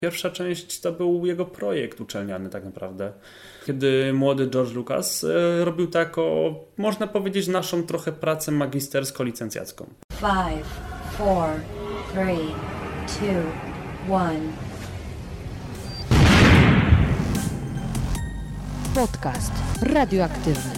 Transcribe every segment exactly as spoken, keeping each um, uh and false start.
Pierwsza część to był jego projekt uczelniany tak naprawdę. Kiedy młody George Lucas e, robił taką, można powiedzieć, naszą trochę pracę magistersko-licencjacką. Five, four, three, two, one. Podcast radioaktywny.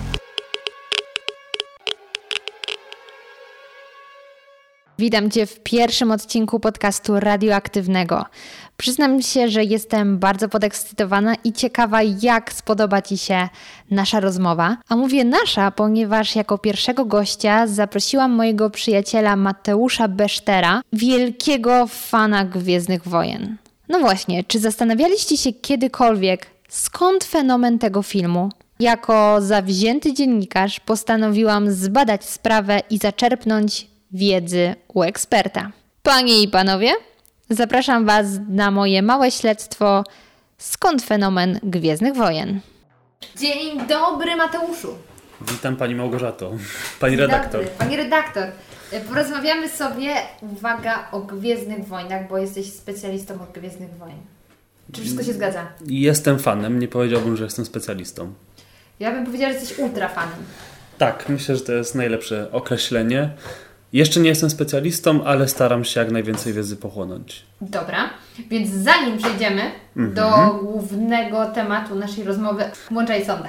Witam Cię w pierwszym odcinku podcastu radioaktywnego. Przyznam się, że jestem bardzo podekscytowana i ciekawa, jak spodoba Ci się nasza rozmowa. A mówię nasza, ponieważ jako pierwszego gościa zaprosiłam mojego przyjaciela Mateusza Besztera, wielkiego fana Gwiezdnych Wojen. No właśnie, czy zastanawialiście się kiedykolwiek, skąd fenomen tego filmu? Jako zawzięty dziennikarz postanowiłam zbadać sprawę i zaczerpnąć wiedzy u eksperta. Panie i panowie, zapraszam Was na moje małe śledztwo Skąd fenomen Gwiezdnych Wojen. Dzień dobry, Mateuszu. Witam Pani Małgorzato, Pani Dzień redaktor. Dobry. Pani redaktor, porozmawiamy sobie, uwaga, o Gwiezdnych Wojnach, bo jesteś specjalistą od Gwiezdnych Wojen. Czy wszystko się zgadza? Jestem fanem, nie powiedziałbym, że jestem specjalistą. Ja bym powiedziała, że jesteś ultra fanem. Tak, myślę, że to jest najlepsze określenie. Jeszcze nie jestem specjalistą, ale staram się jak najwięcej wiedzy pochłonąć. Dobra, więc zanim przejdziemy mm-hmm. do głównego tematu naszej rozmowy, włączaj sondę.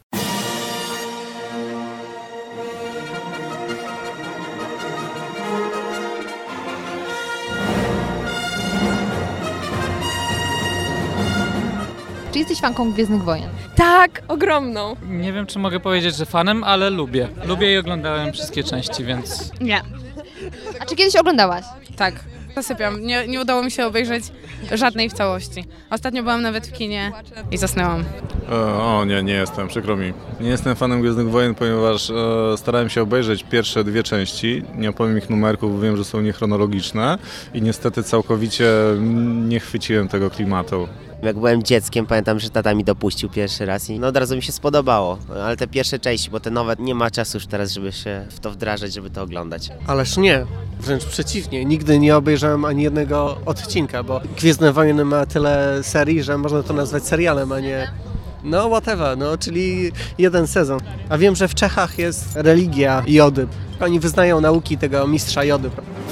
Czy jesteś fanką Gwiezdnych Wojen? Tak, ogromną. Nie wiem, czy mogę powiedzieć, że fanem, ale lubię. Lubię i oglądałem wszystkie części, więc... Nie. A czy kiedyś oglądałaś? Tak, zasypiam. Nie, nie udało mi się obejrzeć żadnej w całości. Ostatnio byłam nawet w kinie i zasnęłam. O, o nie, nie jestem, przykro mi. Nie jestem fanem Gwiezdnych Wojen, ponieważ e, starałem się obejrzeć pierwsze dwie części. Nie opowiem ich numerków, wiem, że są niechronologiczne i niestety całkowicie nie chwyciłem tego klimatu. Jak byłem dzieckiem, pamiętam, że tata mi dopuścił pierwszy raz i no od razu mi się spodobało. Ale te pierwsze części, bo te nowe, nie ma czasu już teraz, żeby się w to wdrażać, żeby to oglądać. Ależ nie, wręcz przeciwnie. Nigdy nie obejrzałem ani jednego odcinka, bo Gwiezdne Wojny ma tyle serii, że można to nazwać serialem, a nie... No whatever, no czyli jeden sezon. A wiem, że w Czechach jest religia Jody. Oni wyznają nauki tego mistrza Jody.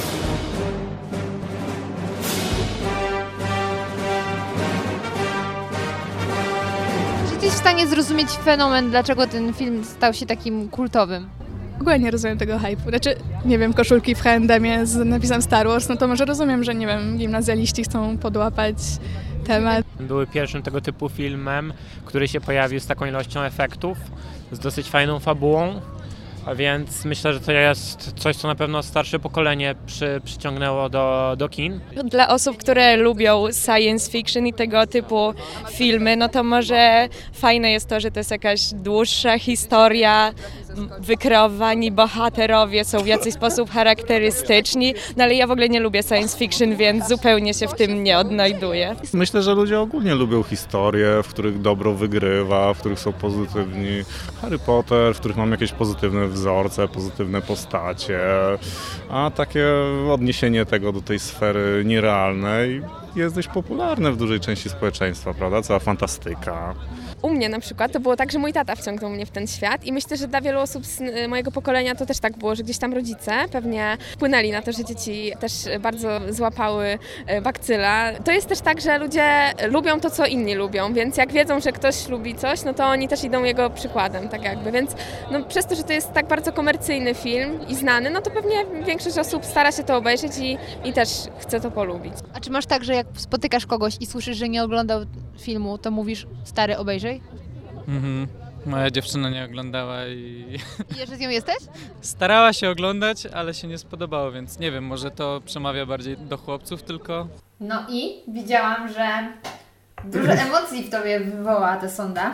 Jesteś w stanie zrozumieć fenomen, dlaczego ten film stał się takim kultowym? W ogóle nie rozumiem tego hype'u. Znaczy, nie wiem, koszulki w H and M z napisem Star Wars, no to może rozumiem, że nie wiem, gimnazjaliści chcą podłapać temat. Były pierwszym tego typu filmem, który się pojawił z taką ilością efektów, z dosyć fajną fabułą. A więc myślę, że to jest coś, co na pewno starsze pokolenie przy, przyciągnęło do, do kin. Dla osób, które lubią science fiction i tego typu filmy, no to może fajne jest to, że to jest jakaś dłuższa historia, wykreowani bohaterowie są w jakiś sposób charakterystyczni, no ale ja w ogóle nie lubię science fiction, więc zupełnie się w tym nie odnajduję. Myślę, że ludzie ogólnie lubią historie, w których dobro wygrywa, w których są pozytywni. Harry Potter, w których mam jakieś pozytywne wzorce, pozytywne postacie, a takie odniesienie tego do tej sfery nierealnej jest dość popularne w dużej części społeczeństwa, prawda? Cała fantastyka. U mnie na przykład to było tak, że mój tata wciągnął mnie w ten świat i myślę, że dla wielu osób z mojego pokolenia to też tak było, że gdzieś tam rodzice pewnie wpłynęli na to, że dzieci też bardzo złapały bakcyla. To jest też tak, że ludzie lubią to, co inni lubią, więc jak wiedzą, że ktoś lubi coś, no to oni też idą jego przykładem, tak jakby, więc no, przez to, że to jest tak bardzo komercyjny film i znany, no to pewnie większość osób stara się to obejrzeć i, i też chce to polubić. A czy masz tak, że jak spotykasz kogoś i słyszysz, że nie oglądał filmu, to mówisz, stary, obejrzyj? Mhm. Moja dziewczyna nie oglądała i... I jeszcze z nią jesteś? Starała się oglądać, ale się nie spodobało, więc nie wiem, może to przemawia bardziej do chłopców tylko. No i widziałam, że dużo emocji w tobie wywołała ta sonda.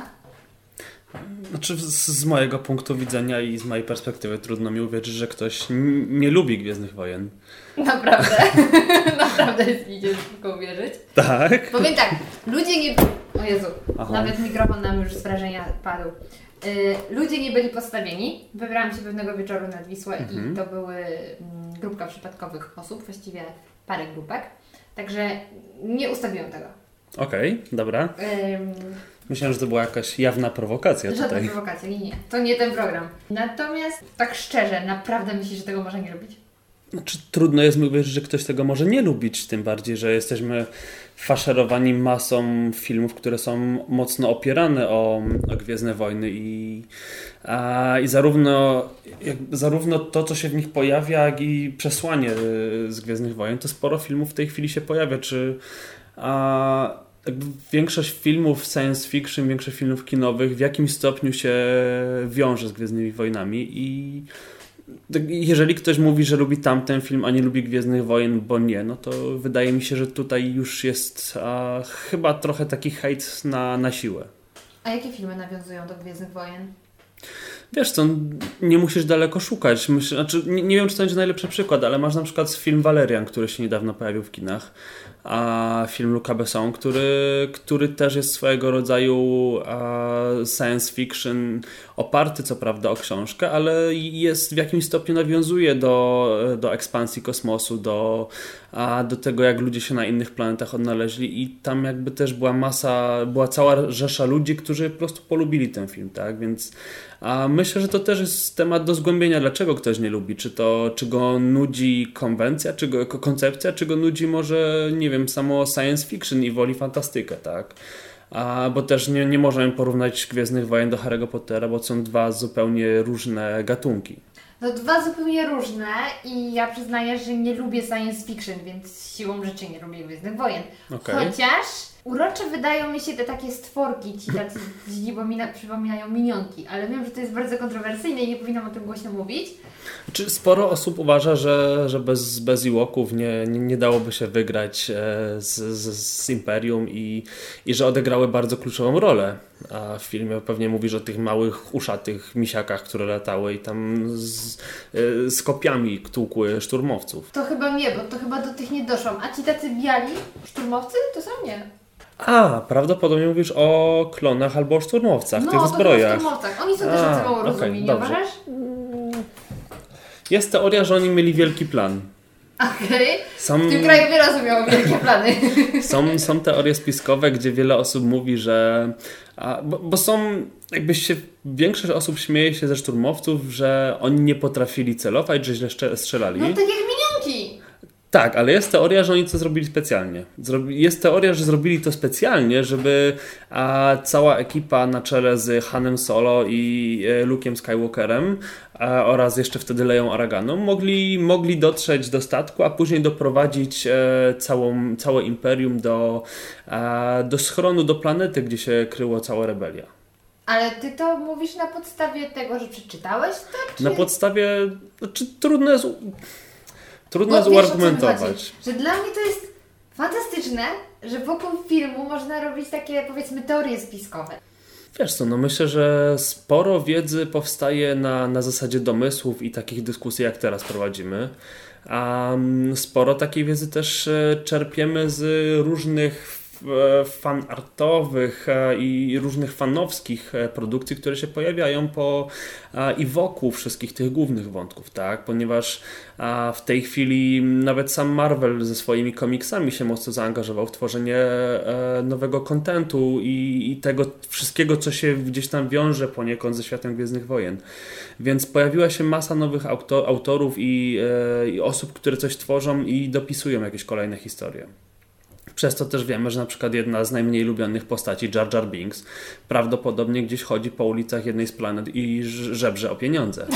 Znaczy z, z mojego punktu widzenia i z mojej perspektywy trudno mi uwierzyć, że ktoś n- nie lubi Gwiezdnych Wojen. Naprawdę? Naprawdę jest mi ciężko uwierzyć. Tak? Powiem tak, ludzie nie... O Jezu, Aha. Nawet mikrofon nam już z wrażenia padł. Yy, ludzie nie byli postawieni. Wybrałam się pewnego wieczoru nad Wisłę mhm. i to były mm, grupka przypadkowych osób, właściwie parę grupek. Także nie ustawiłam tego. Okej, okay, dobra. Um, Myślałem, że to była jakaś jawna prowokacja Żadna tutaj. prowokacja, nie, nie. To nie ten program. Natomiast tak szczerze, naprawdę myślisz, że tego można nie robić? Znaczy, trudno jest mi uwierzyć, że ktoś tego może nie lubić, tym bardziej, że jesteśmy faszerowani masą filmów, które są mocno opierane o, o Gwiezdne Wojny i, a, i zarówno, jak, zarówno to, co się w nich pojawia, jak i przesłanie z Gwiezdnych Wojen, to sporo filmów w tej chwili się pojawia, czy a, jakby większość filmów science fiction, większość filmów kinowych w jakimś stopniu się wiąże z Gwiezdnymi Wojnami i jeżeli ktoś mówi, że lubi tamten film, a nie lubi Gwiezdnych Wojen, bo nie, no to wydaje mi się, że tutaj już jest a, chyba trochę taki hejt na, na siłę. A jakie filmy nawiązują do Gwiezdnych Wojen? Wiesz co, nie musisz daleko szukać. Myślę, znaczy, nie, nie wiem, czy to będzie najlepszy przykład, ale masz na przykład film Valerian, który się niedawno pojawił w kinach. A film Luca Besson, który, który też jest swojego rodzaju a, science fiction, oparty co prawda o książkę, ale jest w jakimś stopniu nawiązuje do, do ekspansji kosmosu, do, a, do tego, jak ludzie się na innych planetach odnaleźli i tam jakby też była masa, była cała rzesza ludzi, którzy po prostu polubili ten film, tak, więc a myślę, że to też jest temat do zgłębienia, dlaczego ktoś nie lubi, czy to, czy go nudzi konwencja, czy go koncepcja, czy go nudzi może, nie wiem, samo science fiction i woli fantastykę, tak? A, bo też nie, nie możemy porównać Gwiezdnych Wojen do Harry'ego Pottera, bo są dwa zupełnie różne gatunki. No dwa zupełnie różne i ja przyznaję, że nie lubię science fiction, więc siłą rzeczy nie lubię Gwiezdnych Wojen. Okay. Chociaż urocze wydają mi się te takie stworki, ci tacy źli, bo mi przypominają minionki, ale wiem, że to jest bardzo kontrowersyjne i nie powinnam o tym głośno mówić. Czy sporo osób uważa, że, że bez, bez Ewoków nie, nie, nie dałoby się wygrać z, z, z Imperium i, i że odegrały bardzo kluczową rolę. A w filmie pewnie mówisz o tych małych, uszatych misiakach, które latały i tam z, z kopiami tłukły szturmowców. To chyba nie, bo to chyba do tych nie doszłam. A ci tacy biali szturmowcy to są nie. A, prawdopodobnie mówisz o klonach albo o szturmowcach, no, tych to zbrojach. No, szturmowcach. Oni są też tacy mało okay, rozumieni, nie uważasz? Jest teoria, że oni mieli wielki plan. Okej. Są... W tym kraju wiele osób miało wielkie plany. Są, są teorie spiskowe, gdzie wiele osób mówi, że... A, bo, bo są... Jakbyś się... Większość osób śmieje się ze szturmowców, że oni nie potrafili celować, że źle strzelali. No tak jak minionki. Tak, ale jest teoria, że oni to zrobili specjalnie. Jest teoria, że zrobili to specjalnie, żeby a, cała ekipa na czele z Hanem Solo i e, Luke'em Skywalkerem a, oraz jeszcze wtedy Leją Oraganą mogli, mogli dotrzeć do statku, a później doprowadzić e, całą, całe Imperium do, a, do schronu, do planety, gdzie się kryło cała rebelia. Ale ty to mówisz na podstawie tego, że przeczytałeś to? Czy... Na podstawie... Znaczy, trudno jest... Trudno jest uargumentować. Że dla mnie to jest fantastyczne, że wokół filmu można robić takie, powiedzmy, teorie spiskowe. Wiesz co, no myślę, że sporo wiedzy powstaje na, na zasadzie domysłów i takich dyskusji, jak teraz prowadzimy. A sporo takiej wiedzy też czerpiemy z różnych fanartowych i różnych fanowskich produkcji, które się pojawiają po i wokół wszystkich tych głównych wątków, tak? Ponieważ w tej chwili nawet sam Marvel ze swoimi komiksami się mocno zaangażował w tworzenie nowego kontentu i, i tego wszystkiego, co się gdzieś tam wiąże poniekąd ze światem Gwiezdnych Wojen. Więc pojawiła się masa nowych autor, autorów i, i osób, które coś tworzą i dopisują jakieś kolejne historie. Przez to też wiemy, że na przykład jedna z najmniej lubionych postaci, Jar Jar Binks, prawdopodobnie gdzieś chodzi po ulicach jednej z planet i żebrze o pieniądze.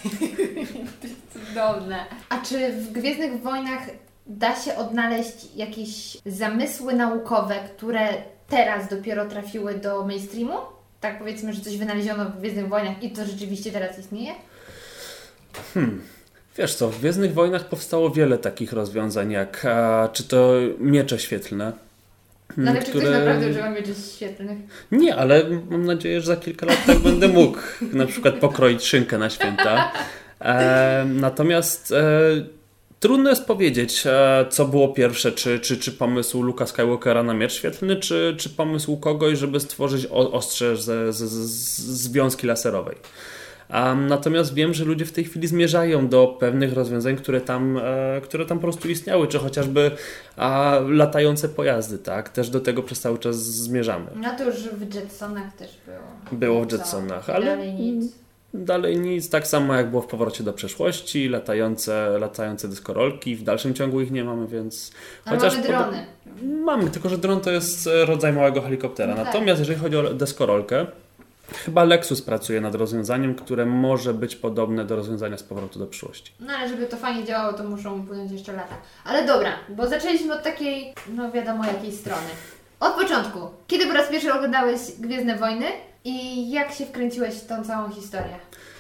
Cudowne. A czy w Gwiezdnych Wojnach da się odnaleźć jakieś zamysły naukowe, które teraz dopiero trafiły do mainstreamu? Tak powiedzmy, że coś wynaleziono w Gwiezdnych Wojnach i to rzeczywiście teraz istnieje? Hmm... Wiesz co, w Gwiezdnych Wojnach powstało wiele takich rozwiązań, jak a, czy to miecze świetlne. No ale które... czy ktoś naprawdę używa mieczy świetlnych? Nie, ale mam nadzieję, że za kilka lat tak będę mógł na przykład pokroić szynkę na święta. E, natomiast e, trudno jest powiedzieć, e, co było pierwsze, czy, czy, czy pomysł Luke'a Skywalkera na miecz świetlny, czy, czy pomysł kogoś, żeby stworzyć o, ostrze z, z, z, z wiązki laserowej. A, natomiast wiem, że ludzie w tej chwili zmierzają do pewnych rozwiązań, które tam, e, które tam po prostu istniały, czy chociażby a, latające pojazdy, tak? Też do tego przez cały czas zmierzamy. No to już w Jetsonach też było. Było w Jetsonach, ale dalej nic. Dalej nic, tak samo jak było w Powrocie do przeszłości, latające, latające dyskorolki, w dalszym ciągu ich nie mamy, więc... Ale chociaż mamy drony. Pod... Mamy, tylko że dron to jest rodzaj małego helikoptera. No tak. Natomiast jeżeli chodzi o deskorolkę, chyba Lexus pracuje nad rozwiązaniem, które może być podobne do rozwiązania z Powrotu do przyszłości. No ale żeby to fajnie działało, to muszą upłynąć jeszcze lata. Ale dobra, bo zaczęliśmy od takiej, no wiadomo jakiej strony. Od początku. Kiedy po raz pierwszy oglądałeś Gwiezdne Wojny i jak się wkręciłeś w tą całą historię?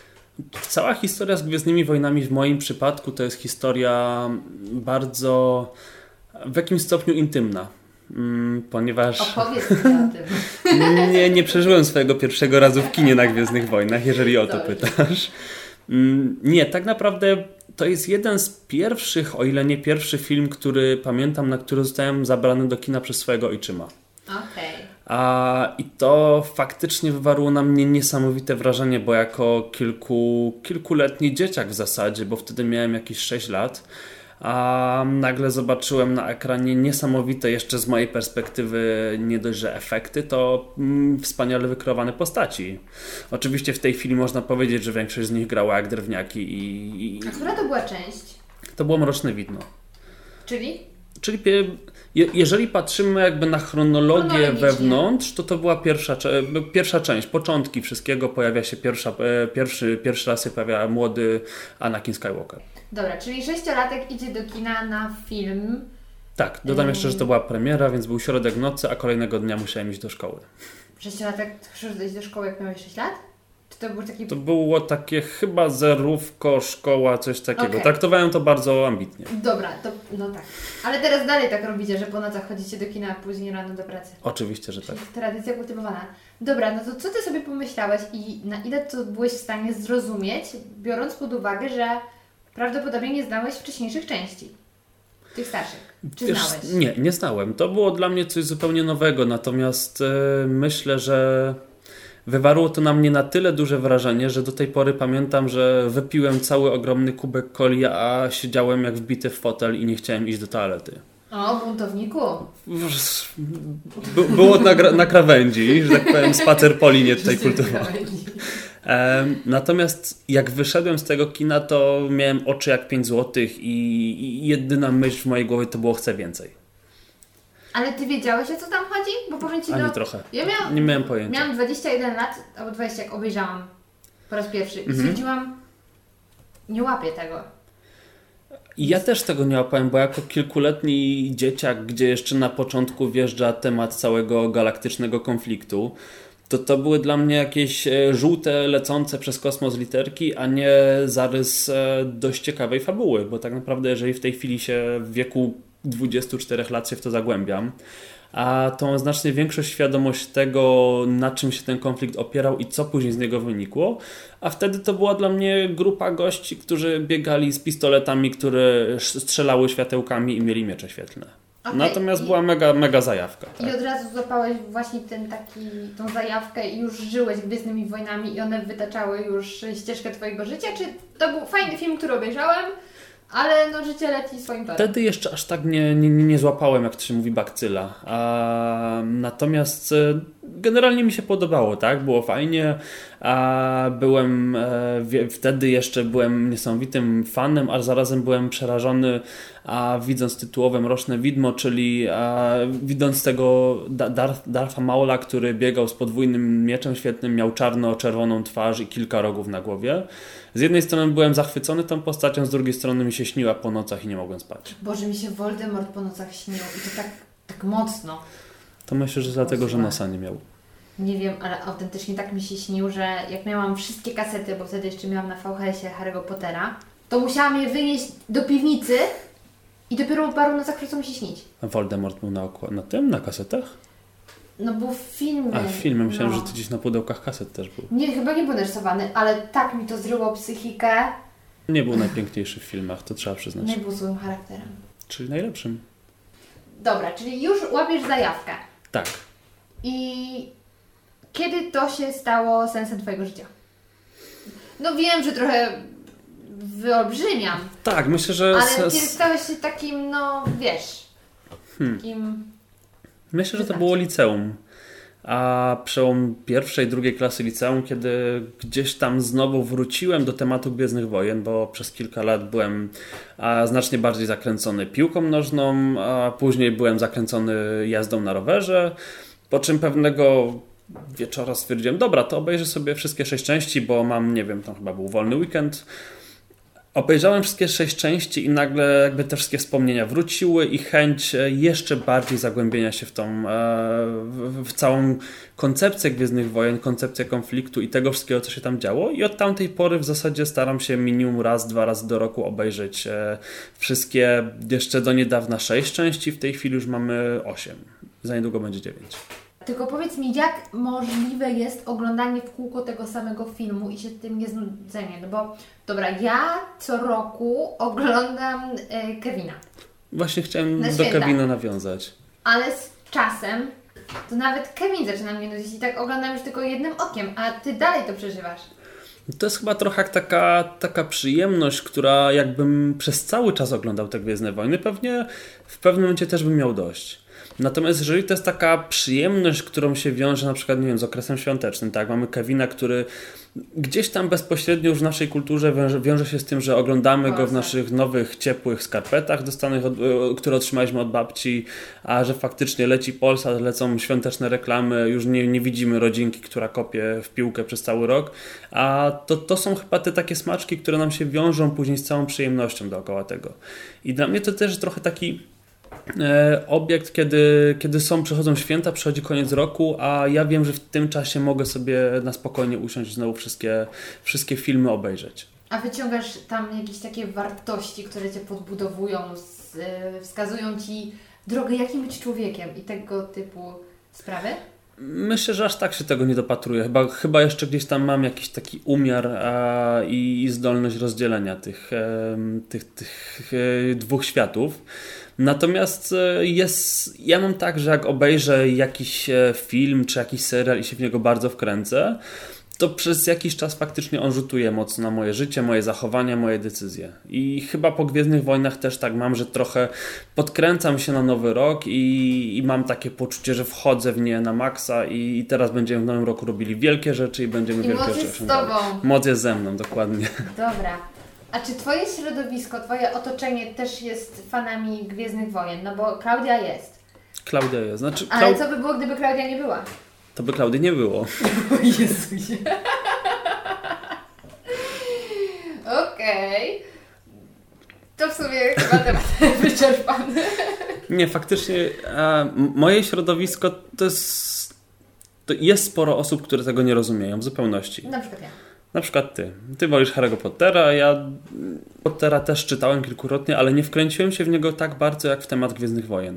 Cała historia z Gwiezdnymi Wojnami w moim przypadku to jest historia bardzo w jakimś stopniu intymna. Ponieważ Opowiedz mi o tym. nie, nie przeżyłem swojego pierwszego razu w kinie na Gwiezdnych Wojnach, jeżeli o to Dobrze. pytasz. Nie, tak naprawdę to jest jeden z pierwszych, o ile nie pierwszy film, który pamiętam, na który zostałem zabrany do kina przez swojego ojczyma. Okej. A, I to faktycznie wywarło na mnie niesamowite wrażenie, bo jako kilku, kilkuletni dzieciak w zasadzie, bo wtedy miałem jakieś sześć lat, a nagle zobaczyłem na ekranie niesamowite, jeszcze z mojej perspektywy nie dość, że efekty, to mm, wspaniale wykreowane postaci. Oczywiście w tej chwili można powiedzieć, że większość z nich grała jak drewniaki i... i... A która to była część? To było Mroczne Widmo. Czyli? Czyli pie... Je, jeżeli patrzymy jakby na chronologię Chronologicznie. wewnątrz, to to była pierwsza, cze- pierwsza część, początki wszystkiego, pojawia się pierwsza, e, pierwszy, pierwszy raz się pojawia młody Anakin Skywalker. Dobra, czyli sześciolatek idzie do kina na film. Tak, dodam jeszcze, że to była premiera, więc był środek nocy, a kolejnego dnia musiałem iść do szkoły. Sześciolatek chcesz iść do szkoły, jak miałeś sześć lat? Czy to był taki... To było takie chyba zerówko, szkoła, coś takiego. Okej. Traktowałem to bardzo ambitnie. Dobra, to no tak. Ale teraz dalej tak robicie, że po nocach chodzicie do kina, a później rano do pracy. Oczywiście, że tak. Tradycja kultywowana. Dobra, no to co Ty sobie pomyślałeś i na ile to byłeś w stanie zrozumieć, biorąc pod uwagę, że prawdopodobnie nie znałeś wcześniejszych części? Tych starszych. Czy Wiesz, znałeś? nie, nie znałem. To było dla mnie coś zupełnie nowego, natomiast e, myślę, że wywarło to na mnie na tyle duże wrażenie, że do tej pory pamiętam, że wypiłem cały ogromny kubek coli, a siedziałem jak wbity w fotel i nie chciałem iść do toalety. O, buntowniku. By, było na, gra- na krawędzi, że tak powiem, spacer po linie tutaj kulturowej. Um, natomiast jak wyszedłem z tego kina, to miałem oczy jak pięć złotych i, i jedyna myśl w mojej głowie to było chcę więcej. Ale Ty wiedziałeś, o co tam chodzi? Bo powiem Ci, Ani no... trochę. Ja miałam, nie miałem pojęcia. Miałam dwadzieścia jeden lat, albo dwadzieścia, jak obejrzałam po raz pierwszy. I Mhm. stwierdziłam, nie łapię tego. I ja też tego nie łapałem, bo jako kilkuletni dzieciak, gdzie jeszcze na początku wjeżdża temat całego galaktycznego konfliktu, to to były dla mnie jakieś e, żółte, lecące przez kosmos literki, a nie zarys e, dość ciekawej fabuły, bo tak naprawdę jeżeli w tej chwili się w wieku dwudziestu czterech lat się w to zagłębiam, a tą znacznie większą świadomość tego, na czym się ten konflikt opierał i co później z niego wynikło, a wtedy to była dla mnie grupa gości, którzy biegali z pistoletami, które strzelały światełkami i mieli miecze świetlne. Okay. Natomiast I, była mega, mega zajawka. I Tak? od razu złapałeś właśnie ten taki, tą zajawkę i już żyłeś Gwiezdnymi Wojnami i one wytaczały już ścieżkę Twojego życia? Czy to był fajny film, który obejrzałem, ale no życie leci swoim torem? Wtedy jeszcze aż tak nie, nie, nie złapałem, jak to się mówi, bakcyla. A, natomiast e, generalnie mi się podobało, tak? Było fajnie. A, byłem e, wie, wtedy jeszcze byłem niesamowitym fanem, a zarazem byłem przerażony, a widząc tytułowe Mroczne Widmo, czyli a, widząc tego Darth, Dartha Maula, który biegał z podwójnym mieczem świetnym, miał czarno-czerwoną twarz i kilka rogów na głowie. Z jednej strony byłem zachwycony tą postacią, z drugiej strony mi się śniła po nocach i nie mogłem spać. Boże, mi się Voldemort po nocach śnił i to tak, tak mocno. To myślę, że dlatego, że nosa nie miał. Nie wiem, ale autentycznie tak mi się śnił, że jak miałam wszystkie kasety, bo wtedy jeszcze miałam na V H S-ie Harry'ego Pottera, to musiałam je wynieść do piwnicy i dopiero po paru nocach przestał mi się śnić. A Voldemort był na, okła- na tym, na kasetach? No bo w filmie... A w filmie, myślałem, no. że to gdzieś na pudełkach kaset też był. Nie, chyba nie był narysowany, ale tak mi to zryło psychikę. Nie był najpiękniejszy w filmach, to trzeba przyznać. Nie był złym charakterem. Czyli najlepszym. Dobra, czyli już łapiesz zajawkę. Tak. I kiedy to się stało sensem Twojego życia? No wiem, że trochę wyolbrzymiam. Tak, myślę, że... Ale z... kiedy stałeś się takim, no wiesz, hmm. takim... Myślę, że to było liceum. A przełom pierwszej, drugiej klasy liceum, kiedy gdzieś tam znowu wróciłem do tematu Gwiezdnych Wojen, bo przez kilka lat byłem a, znacznie bardziej zakręcony piłką nożną, a później byłem zakręcony jazdą na rowerze, po czym pewnego wieczora stwierdziłem, dobra, to obejrzę sobie wszystkie sześć części, bo mam, nie wiem, tam chyba był wolny weekend. Obejrzałem wszystkie sześć części i nagle jakby te wszystkie wspomnienia wróciły i chęć jeszcze bardziej zagłębienia się w tą w, w całą koncepcję Gwiezdnych Wojen, koncepcję konfliktu i tego wszystkiego, co się tam działo. I od tamtej pory w zasadzie staram się minimum raz, dwa razy do roku obejrzeć wszystkie, jeszcze do niedawna sześć części, w tej chwili już mamy osiem. Za niedługo będzie dziewięć. Tylko powiedz mi, jak możliwe jest oglądanie w kółko tego samego filmu i się tym nie znudzenie? No bo, dobra, ja co roku oglądam e, Kevina. Właśnie chciałem do Kevina nawiązać. Ale z czasem to nawet Kevin zaczyna mnie nudzić i tak oglądam już tylko jednym okiem, a Ty dalej to przeżywasz. To jest chyba trochę taka, taka przyjemność, która jakbym przez cały czas oglądał te Gwiezdne Wojny, pewnie w pewnym momencie też bym miał dość. Natomiast jeżeli to jest taka przyjemność, którą się wiąże na przykład, nie wiem, z okresem świątecznym, tak, mamy Kevina, który gdzieś tam bezpośrednio już w naszej kulturze wiąże, wiąże się z tym, że oglądamy go w naszych nowych, ciepłych skarpetach dostanych, od, które otrzymaliśmy od babci, a że faktycznie leci Polsat, lecą świąteczne reklamy, już nie, nie widzimy rodzinki, która kopie w piłkę przez cały rok, a to, to są chyba te takie smaczki, które nam się wiążą później z całą przyjemnością dookoła tego. I dla mnie to też trochę taki obiekt, kiedy, kiedy są, przychodzą święta, przychodzi koniec roku, a ja wiem, że w tym czasie mogę sobie na spokojnie usiąść i znowu wszystkie, wszystkie filmy obejrzeć. A wyciągasz tam jakieś takie wartości, które Cię podbudowują, z, wskazują Ci drogę, jakim być człowiekiem i tego typu sprawy? Myślę, że aż tak się tego nie dopatruję. Chyba, chyba jeszcze gdzieś tam mam jakiś taki umiar a, i, i zdolność rozdzielenia tych, e, tych, tych e, dwóch światów. Natomiast jest, ja mam tak, że jak obejrzę jakiś film czy jakiś serial i się w niego bardzo wkręcę, to przez jakiś czas faktycznie on rzutuje mocno na moje życie, moje zachowania, moje decyzje. I chyba po Gwiezdnych Wojnach też tak mam, że trochę podkręcam się na nowy rok i, i mam takie poczucie, że wchodzę w nie na maksa i, i teraz będziemy w nowym roku robili wielkie rzeczy i będziemy I wielkie moc rzeczy jest z Tobą. Moc jest ze mną, dokładnie. Dobra. A czy Twoje środowisko, Twoje otoczenie też jest fanami Gwiezdnych Wojen? No bo Klaudia jest. Klaudia jest. Znaczy, Ale Klau... co by było, gdyby Klaudia nie była? To by Klaudii nie było. O Jezusie. Okej. Okay. To w sumie chyba temat wyczerpany. Nie, faktycznie e, moje środowisko to jest, to jest sporo osób, które tego nie rozumieją w zupełności. Na przykład ja. Na przykład ty. Ty wolisz Harry'ego Pottera, ja Pottera też czytałem kilkukrotnie, ale nie wkręciłem się w niego tak bardzo jak w temat Gwiezdnych Wojen.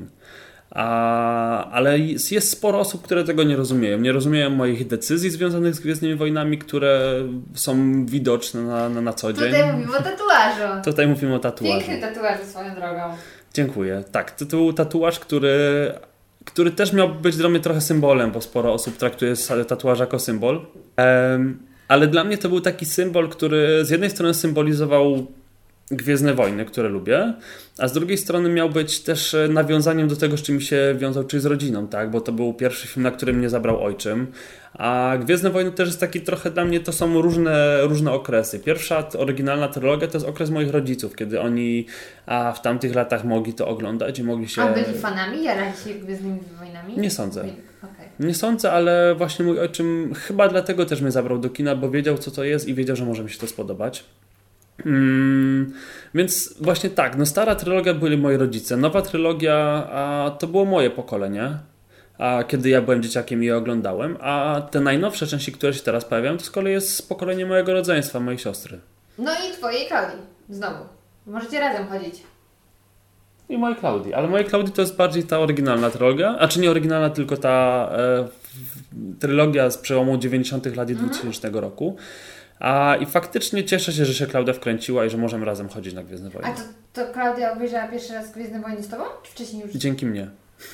A, ale jest, jest sporo osób, które tego nie rozumieją. Nie rozumieją moich decyzji związanych z Gwiezdnymi Wojnami, które są widoczne na, na, na co dzień. Tutaj mówimy o tatuażu. Tutaj mówimy o tatuażu. Piękny tatuaż swoją drogą. Dziękuję. Tak, to, to był tatuaż, który, który też miał być dla mnie trochę symbolem, bo sporo osób traktuje tatuaż jako symbol. Um, ale dla mnie to był taki symbol, który z jednej strony symbolizował Gwiezdne Wojny, które lubię, a z drugiej strony miał być też nawiązaniem do tego, z czym mi się wiązał, czyli z rodziną, tak? Bo to był pierwszy film, na którym mnie zabrał ojczym. A Gwiezdne Wojny też jest taki trochę dla mnie, to są różne, różne okresy. Pierwsza oryginalna trylogia to jest okres moich rodziców, kiedy oni a w tamtych latach mogli to oglądać i mogli się... A byli fanami? Jarali się Gwiezdnymi Wojnami? Nie sądzę. Okay. Nie sądzę, ale właśnie mój ojczym chyba dlatego też mnie zabrał do kina, bo wiedział, co to jest i wiedział, że może mi się to spodobać. Hmm, więc właśnie tak, no stara trylogia byli moi rodzice, nowa trylogia a to było moje pokolenie, a kiedy ja byłem dzieciakiem i je oglądałem, a te najnowsze części, które się teraz pojawiają, to z kolei jest pokolenie mojego rodzeństwa, mojej siostry. No i twojej Klaudii, znowu. Możecie razem chodzić. I mojej Klaudii, ale mojej Klaudii to jest bardziej ta oryginalna trylogia, a czy nie oryginalna, tylko ta e, trylogia z przełomu dziewięćdziesiątych lat i mhm. dwutysięcznego roku. A i faktycznie cieszę się, że się Klaudia wkręciła i że możemy razem chodzić na Gwiezdne Wojny. A to, to Klaudia obejrzała pierwszy raz Gwiezdne Wojny z Tobą? Czy wcześniej już? Dzięki mnie.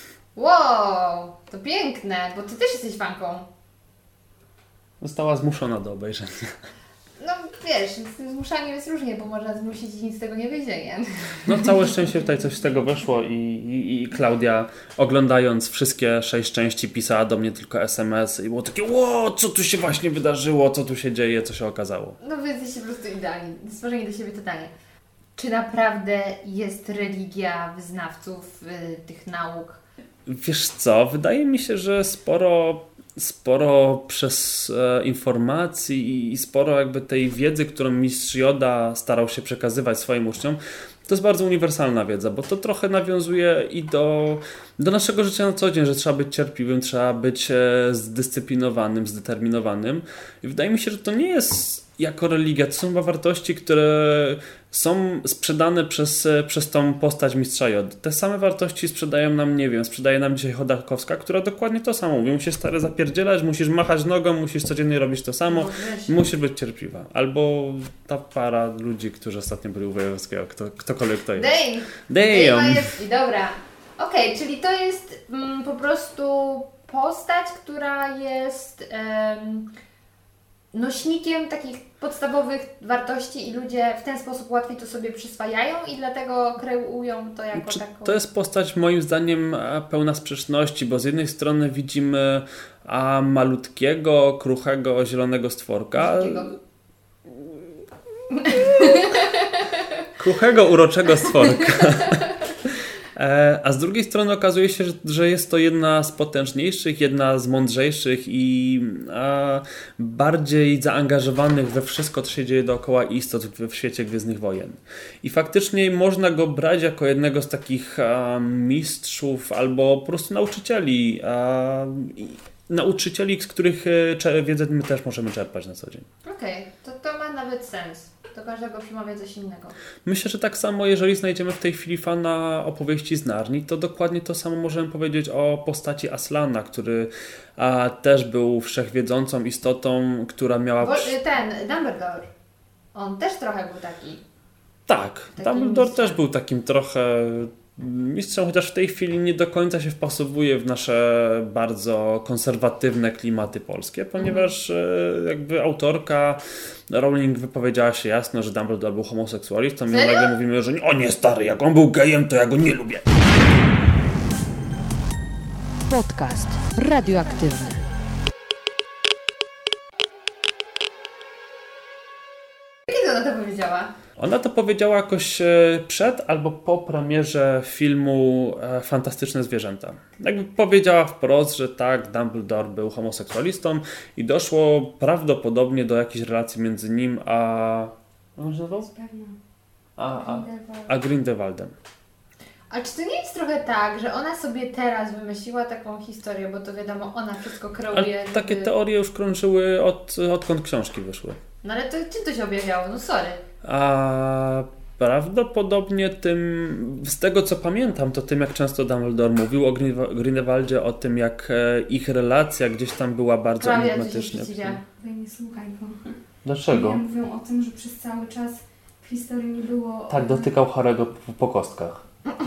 Wow, to piękne, bo Ty też jesteś fanką. Została zmuszona do obejrzenia. No wiesz, z tym zmuszaniem jest różnie, bo można zmusić i nic z tego nie wyjdzie, nie? No całe szczęście tutaj coś z tego wyszło i, i, i Klaudia, oglądając wszystkie sześć części, pisała do mnie tylko es em es i było takie: ło, co tu się właśnie wydarzyło, co tu się dzieje, co się okazało. No wy jesteście po prostu idealni, stworzeni do siebie totalnie. Czy naprawdę jest religia wyznawców y, tych nauk? Wiesz co, wydaje mi się, że sporo, sporo przez e, informacji i sporo jakby tej wiedzy, którą mistrz Yoda starał się przekazywać swoim uczniom, to jest bardzo uniwersalna wiedza, bo to trochę nawiązuje i do, do naszego życia na co dzień, że trzeba być cierpliwym, trzeba być e, zdyscyplinowanym, zdeterminowanym. I wydaje mi się, że to nie jest jako religia, to są chyba wartości, które są sprzedane przez, przez tą postać mistrza Jody. Te same wartości sprzedają nam, nie wiem, sprzedaje nam dzisiaj Chodakowska, która dokładnie to samo mówi. Musisz stary zapierdzielać, musisz machać nogą, musisz codziennie robić to samo, no, musisz być cierpliwa. Albo ta para ludzi, którzy ostatnio byli u Wojewódzkiego, kto, ktokolwiek to jest. Dane! Dane! Majewski, dobra. Okej, okay, czyli to jest mm, po prostu postać, która jest em, nośnikiem takich podstawowych wartości i ludzie w ten sposób łatwiej to sobie przyswajają i dlatego kreują to jako Czy taką... To jest postać moim zdaniem pełna sprzeczności, bo z jednej strony widzimy a, malutkiego, kruchego, zielonego stworka. Kruchego, uroczego stworka. A z drugiej strony okazuje się, że jest to jedna z potężniejszych, jedna z mądrzejszych i a, bardziej zaangażowanych we wszystko, co się dzieje dookoła istot w, w świecie Gwiezdnych Wojen. I faktycznie można go brać jako jednego z takich a, mistrzów albo po prostu nauczycieli. A, i, nauczycieli, z których cze- wiedzę my też możemy czerpać na co dzień. Okej, okay, to, to ma nawet sens. Do każdego przemawia coś innego. Myślę, że tak samo, jeżeli znajdziemy w tej chwili fana opowieści z Narni, to dokładnie to samo możemy powiedzieć o postaci Aslana, który a, też był wszechwiedzącą istotą, która miała... Bo, ten, Dumbledore, on też trochę był taki. Tak, taki Dumbledore mistrzem. też był takim trochę mistrzem, chociaż w tej chwili nie do końca się wpasowuje w nasze bardzo konserwatywne klimaty polskie, ponieważ mm. jakby autorka Rowling wypowiedziała się jasno, że Dumbledore był homoseksualistą i nagle mówimy, że o nie stary, jak on był gejem, to ja go nie lubię. Podcast radioaktywny. Kiedy ona to powiedziała? Ona to powiedziała jakoś przed albo po premierze filmu Fantastyczne Zwierzęta. Jakby powiedziała wprost, że tak, Dumbledore był homoseksualistą i doszło prawdopodobnie do jakiejś relacji między nim a... A, a, a Grindelwaldem. A czy to nie jest trochę tak, że ona sobie teraz wymyśliła taką historię, bo to wiadomo, ona wszystko kreuje. Ale żeby... takie teorie już krążyły od, odkąd książki wyszły. No ale to czym to się objawiało? No sorry. A prawdopodobnie tym, z tego co pamiętam, to tym jak często Dumbledore mówił o Grindelwaldzie, o tym jak ich relacja gdzieś tam była bardzo enigmatyczna. Nie słuchaj go. Dlaczego? Ja mówię o tym, że przez cały czas w historii nie było... Tak, dotykał Harry'ego po, po kostkach.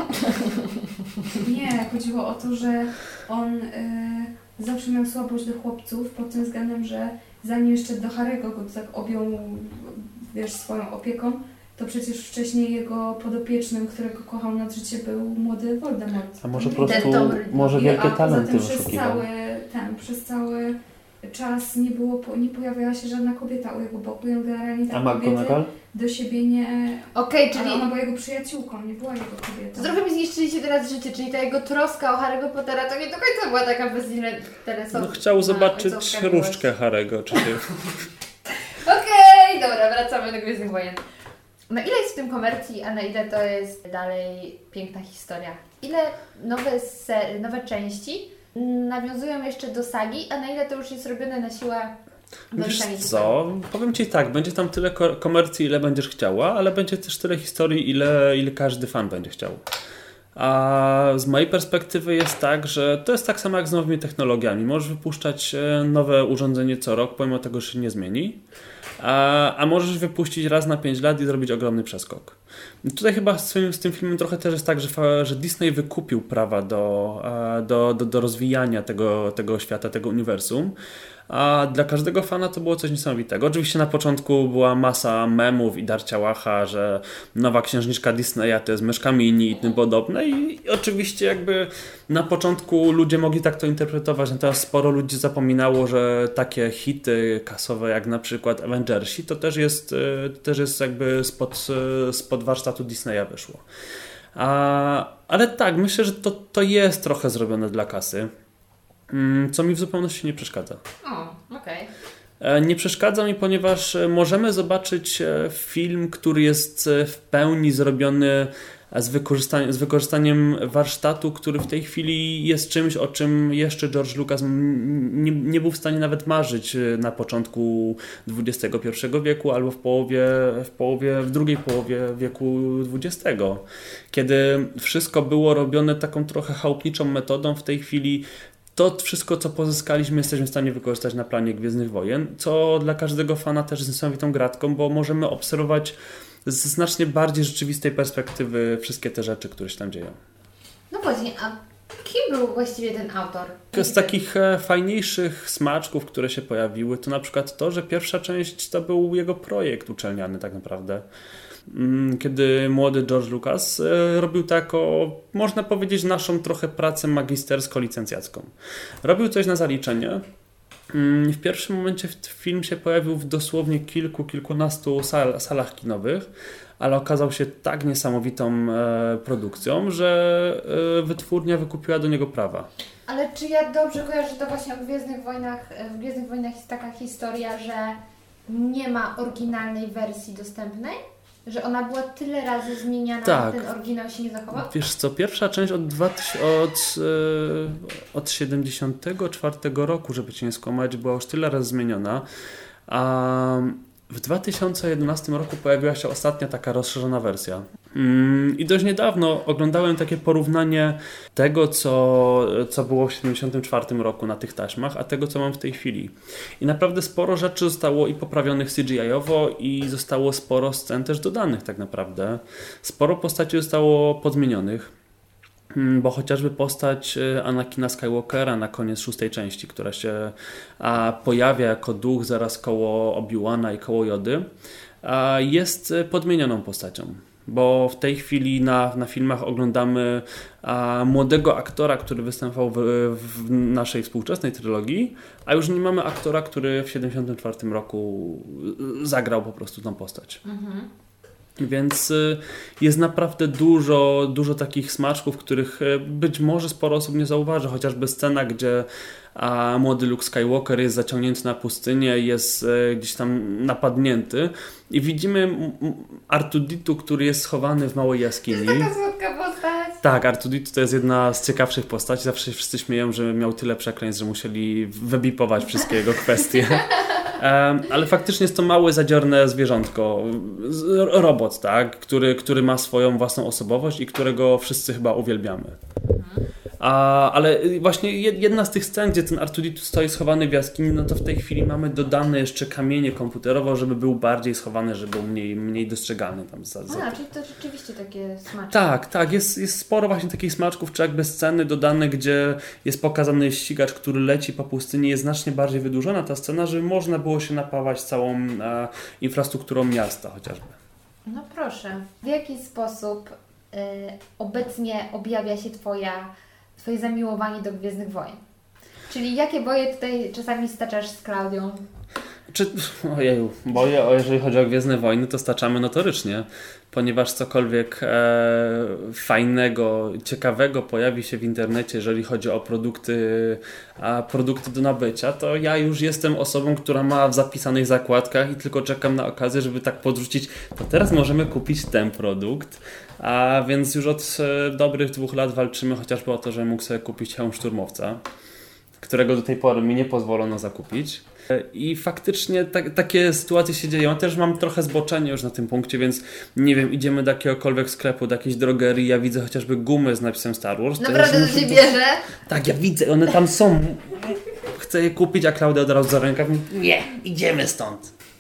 Nie, chodziło o to, że on y, zawsze miał słabość do chłopców pod tym względem, że zanim jeszcze do Harry'ego go tak objął, wiesz, swoją opieką, to przecież wcześniej jego podopiecznym, którego kochał nad życie, był młody Voldemort. A może po prostu, może wielkie talenty wyszukiwał. Cały, ten, przez cały czas nie było, nie pojawiała się żadna kobieta u jego boku i on generalnie tak kobiety do siebie nie... Okej, okay, czyli... ona była jego przyjaciółką, nie była jego kobietą. To trochę mi zniszczyliście teraz życie, czyli ta jego troska o Harry'ego Pottera to nie do końca była taka bezinteresowna. No chciał zobaczyć różdżkę Harry'ego, czy się... Okej, okay, dobra, wracamy do Gwiezdnych Wojen. Na ile jest w tym komercji, a na ile to jest dalej piękna historia? Ile nowe, ser- nowe części nawiązują jeszcze do sagi, a na ile to już jest robione na siłę? Wiesz co, powiem Ci tak, będzie tam tyle komercji, ile będziesz chciała, ale będzie też tyle historii, ile, ile każdy fan będzie chciał. A z mojej perspektywy jest tak, że to jest tak samo jak z nowymi technologiami. Możesz wypuszczać nowe urządzenie co rok, pomimo tego, że się nie zmieni. A, a możesz wypuścić raz na pięć lat i zrobić ogromny przeskok. Tutaj chyba z tym, z tym filmem trochę też jest tak, że, że Disney wykupił prawa do, do, do, do rozwijania tego, tego świata, tego uniwersum. A dla każdego fana to było coś niesamowitego. Oczywiście na początku była masa memów i darcia łacha, że nowa księżniczka Disneya to jest myszka mini i tym podobne i oczywiście jakby na początku ludzie mogli tak to interpretować, natomiast sporo ludzi zapominało, że takie hity kasowe jak na przykład Avengersi to też jest, to też jest jakby spod, spod warsztatu Disneya wyszło. A, ale tak, myślę, że to, to jest trochę zrobione dla kasy. Co mi w zupełności nie przeszkadza. O, okej. Okay. Nie przeszkadza mi, ponieważ możemy zobaczyć film, który jest w pełni zrobiony z wykorzystaniem, z wykorzystaniem warsztatu, który w tej chwili jest czymś, o czym jeszcze George Lucas nie, nie był w stanie nawet marzyć na początku dwudziestego pierwszego wieku albo w połowie, w połowie, w drugiej połowie wieku dwudziestego. Kiedy wszystko było robione taką trochę chałupniczą metodą, w tej chwili to wszystko, co pozyskaliśmy, jesteśmy w stanie wykorzystać na planie Gwiezdnych Wojen, co dla każdego fana też jest niesamowitą gratką, bo możemy obserwować z znacznie bardziej rzeczywistej perspektywy wszystkie te rzeczy, które się tam dzieją. No właśnie, a kim był właściwie ten autor? Z takich fajniejszych smaczków, które się pojawiły, to na przykład to, że pierwsza część to był jego projekt uczelniany tak naprawdę. Kiedy młody George Lucas robił taką, można powiedzieć, naszą trochę pracę magistersko-licencjacką. Robił coś na zaliczenie. W pierwszym momencie film się pojawił w dosłownie kilku, kilkunastu sal, salach kinowych, ale okazał się tak niesamowitą e, produkcją, że e, wytwórnia wykupiła do niego prawa. Ale czy ja dobrze kojarzę, że to właśnie o Gwiezdnych Wojnach, w Gwiezdnych Wojnach jest taka historia, że nie ma oryginalnej wersji dostępnej? Że ona była tyle razy zmieniana, tak. A ten oryginał się nie zachował? Wiesz co, pierwsza część od, dwa, od, od siedemdziesiątego czwartego roku, żeby cię nie skłamać, była już tyle razy zmieniona, a w dwa tysiące jedenastym roku pojawiła się ostatnia taka rozszerzona wersja. I dość niedawno oglądałem takie porównanie tego, co, co było w siedemdziesiątym czwartym roku na tych taśmach, a tego, co mam w tej chwili. I naprawdę sporo rzeczy zostało i poprawionych C G I-owo i zostało sporo scen też dodanych tak naprawdę. Sporo postaci zostało podmienionych. Bo chociażby postać Anakina Skywalkera na koniec szóstej części, która się a, pojawia jako duch zaraz koło Obi-Wana i koło Jody, a, jest podmienioną postacią. Bo w tej chwili na, na filmach oglądamy a, młodego aktora, który występował w, w naszej współczesnej trylogii, a już nie mamy aktora, który w siedemdziesiątym czwartym roku zagrał po prostu tą postać. Mhm. Więc jest naprawdę dużo, dużo takich smaczków, których być może sporo osób nie zauważy. Chociażby scena, gdzie a, młody Luke Skywalker jest zaciągnięty na pustynię, jest e, gdzieś tam napadnięty i widzimy R two D two, który jest schowany w małej jaskini. To jest taka słodka postać. Tak, R two D two to jest jedna z ciekawszych postaci. Zawsze się wszyscy śmieją, że miał tyle przekleństw, że musieli wybipować wszystkie jego kwestie. Ale faktycznie jest to małe, zadziorne zwierzątko, robot, tak, który, który ma swoją własną osobowość i którego wszyscy chyba uwielbiamy. A, ale właśnie jedna z tych scen, gdzie ten R two D two stoi schowany w jaskini, no to w tej chwili mamy dodane jeszcze kamienie komputerowo, żeby był bardziej schowany, żeby był mniej, mniej dostrzegalny tam za, za A, czyli to rzeczywiście takie smaczki. Tak, tak, jest, jest sporo właśnie takich smaczków, czy jakby sceny dodane, gdzie jest pokazany ścigacz, który leci po pustyni, jest znacznie bardziej wydłużona ta scena, żeby można było się napawać całą e, infrastrukturą miasta chociażby. No proszę, w jaki sposób y, obecnie objawia się twoja Twoje zamiłowanie do Gwiezdnych Wojen? Czyli jakie boje tutaj czasami staczasz z Klaudią? Czy, ojeju, boje, jeżeli chodzi o Gwiezdne Wojny, to staczamy notorycznie, ponieważ cokolwiek e, fajnego, ciekawego pojawi się w internecie, jeżeli chodzi o produkty, a produkty do nabycia, to ja już jestem osobą, która ma w zapisanych zakładkach i tylko czekam na okazję, żeby tak podrzucić, to teraz możemy kupić ten produkt. A więc już od e, dobrych dwóch lat walczymy chociażby o to, że mógł sobie kupić hełm szturmowca, którego do tej pory mi nie pozwolono zakupić. I faktycznie tak, takie sytuacje się dzieją. Ja też mam trochę zboczenie już na tym punkcie, więc nie wiem, idziemy do jakiegokolwiek sklepu, do jakiejś drogerii, ja widzę chociażby gumy z napisem Star Wars. Naprawdę to się bierze? Tak, ja widzę, one tam są. Chcę je kupić, a Klaudia od razu za rękaw mówi, nie, idziemy stąd.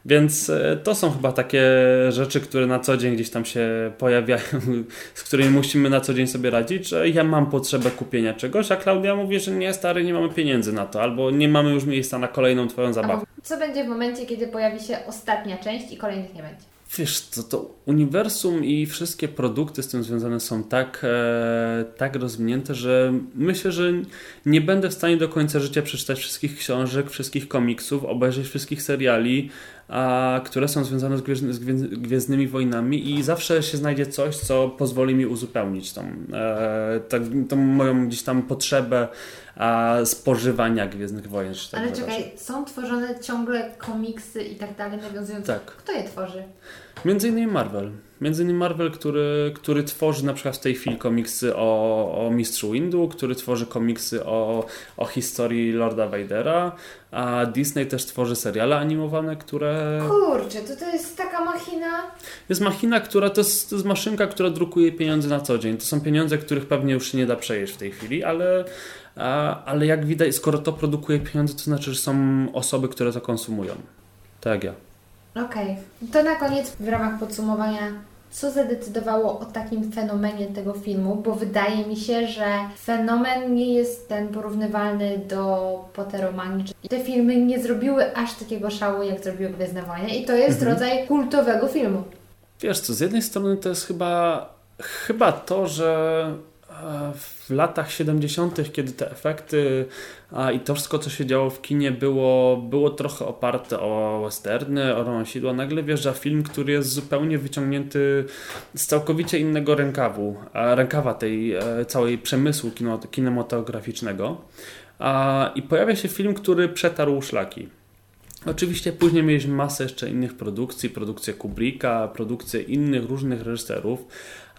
Więc to są chyba takie rzeczy, które na co dzień gdzieś tam się pojawiają, z którymi musimy na co dzień sobie radzić, że ja mam potrzebę kupienia czegoś, a Klaudia mówi, że nie, stary, nie mamy pieniędzy na to, albo nie mamy już miejsca na kolejną twoją zabawę. Co będzie w momencie, kiedy pojawi się ostatnia część i kolejnych nie będzie? Wiesz, to, to uniwersum i wszystkie produkty z tym związane są tak, e, tak rozwinięte, że myślę, że nie będę w stanie do końca życia przeczytać wszystkich książek, wszystkich komiksów, obejrzeć wszystkich seriali, a, które są związane z, gwiezdny, z Gwiezdnymi Wojnami i zawsze się znajdzie coś, co pozwoli mi uzupełnić tą, e, tak, tą moją gdzieś tam potrzebę a, spożywania Gwiezdnych Wojen. Tak Ale czekaj, razie. Są tworzone ciągle komiksy i tak dalej, nawiązując. Tak. Kto je tworzy? Między innymi Marvel. Między innymi Marvel, który, który tworzy na przykład w tej chwili komiksy o, o Mistrzu Windu, który tworzy komiksy o, o historii Lorda Vadera, a Disney też tworzy seriale animowane, które... Kurczę, to to jest taka machina... Jest machina, która to jest, to jest maszynka, która drukuje pieniądze na co dzień. To są pieniądze, których pewnie już się nie da przejeść w tej chwili, ale, a, ale jak widać, skoro to produkuje pieniądze, to znaczy, że są osoby, które to konsumują. Tak jak ja. Okej, okay. To na koniec w ramach podsumowania, co zadecydowało o takim fenomenie tego filmu, bo wydaje mi się, że fenomen nie jest ten porównywalny do Potteromanii. Te filmy nie zrobiły aż takiego szału, jak zrobiły Gwiezdne Wojny i to jest mhm. rodzaj kultowego filmu. Wiesz co, z jednej strony to jest chyba, chyba to, że w latach siedemdziesiątych, kiedy te efekty a, i to wszystko, co się działo w kinie było, było trochę oparte o westerny, o romansidła, nagle wjeżdża film, który jest zupełnie wyciągnięty z całkowicie innego rękawu, a rękawa tej e, całej przemysłu kino, kinematograficznego a, i pojawia się film, który przetarł szlaki. Oczywiście później mieliśmy masę jeszcze innych produkcji, produkcję Kubricka, produkcję innych różnych reżyserów,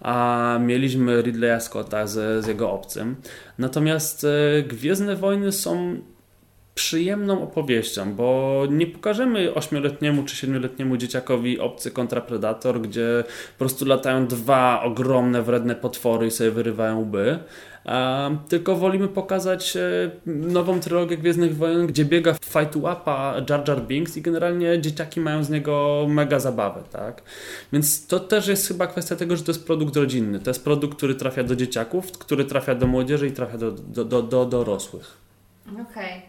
a mieliśmy Ridleya Scotta z, z jego Obcym. Natomiast e, Gwiezdne Wojny są przyjemną opowieścią, bo nie pokażemy ośmioletniemu czy siedmioletniemu dzieciakowi Obcy kontra Predator, gdzie po prostu latają dwa ogromne, wredne potwory i sobie wyrywają łby. A, tylko wolimy pokazać e, nową trylogię Gwiezdnych Wojen, gdzie biega w fight łapa Jar Jar Binks i generalnie dzieciaki mają z niego mega zabawę, tak? Więc to też jest chyba kwestia tego, że to jest produkt rodzinny. To jest produkt, który trafia do dzieciaków, który trafia do młodzieży i trafia do, do, do, do dorosłych. Okej. Okay.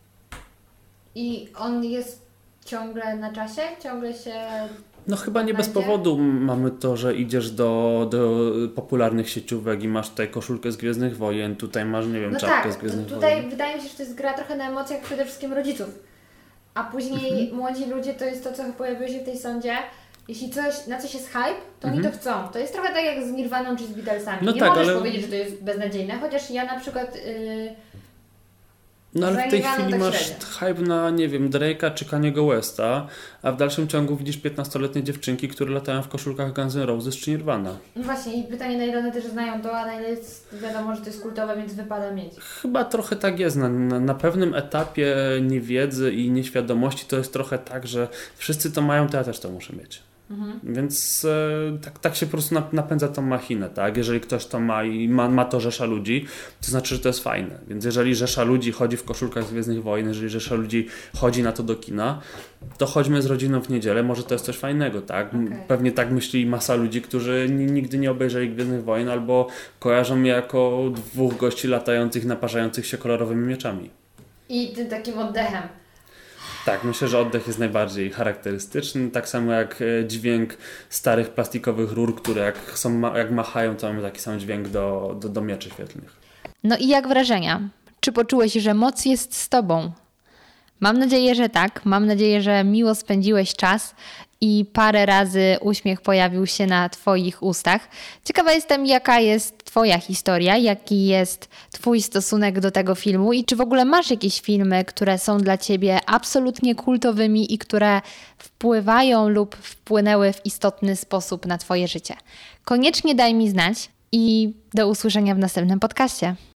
I on jest ciągle na czasie? Ciągle się... No chyba nie bez powodu mamy to, że idziesz do, do popularnych sieciówek i masz tutaj koszulkę z Gwiezdnych Wojen, tutaj masz, nie wiem, no czapkę tak, z Gwiezdnych tutaj Wojen. Wydaje mi się, że to jest gra trochę na emocjach przede wszystkim rodziców. A później mhm. młodzi ludzie, to jest to, co pojawiło się w tej sądzie. Jeśli coś, na coś jest hype, to mhm. oni to chcą. To jest trochę tak jak z Nirvaną czy z Beatlesami. No nie tak, możesz ale... powiedzieć, że to jest beznadziejne, chociaż ja na przykład... Yy, No ale w tej chwili tak masz średnio. hype na, nie wiem, Drake'a czy Kaniego Westa, a w dalszym ciągu widzisz piętnastoletnie dziewczynki, które latają w koszulkach Guns N' Roses czy Nirvana. No właśnie i pytanie, na ile one też znają to, a na ile jest, wiadomo, że to jest kultowe, więc wypada mieć. Chyba trochę tak jest. Na, na, na pewnym etapie niewiedzy i nieświadomości to jest trochę tak, że wszyscy to mają, to ja też to muszę mieć. Mhm. Więc e, tak, tak się po prostu napędza tą machinę, tak? Jeżeli ktoś to ma i ma, ma to rzesza ludzi, to znaczy, że to jest fajne. Więc jeżeli rzesza ludzi chodzi w koszulkach z Gwiezdnych Wojen, jeżeli rzesza ludzi chodzi na to do kina, to chodźmy z rodziną w niedzielę, może to jest coś fajnego, tak? Okay. Pewnie tak myśli masa ludzi, którzy nigdy nie obejrzeli Gwiezdnych Wojen albo kojarzą mnie jako dwóch gości latających, naparzających się kolorowymi mieczami. I tym takim oddechem. Tak, myślę, że oddech jest najbardziej charakterystyczny, tak samo jak dźwięk starych plastikowych rur, które jak, są, jak machają, to mamy taki sam dźwięk do, do, do mieczy świetlnych. No i jak wrażenia? Czy poczułeś, że moc jest z tobą? Mam nadzieję, że tak. Mam nadzieję, że miło spędziłeś czas i parę razy uśmiech pojawił się na twoich ustach. Ciekawa jestem, jaka jest twoja historia, jaki jest twój stosunek do tego filmu i czy w ogóle masz jakieś filmy, które są dla ciebie absolutnie kultowymi i które wpływają lub wpłynęły w istotny sposób na twoje życie. Koniecznie daj mi znać i do usłyszenia w następnym podcaście.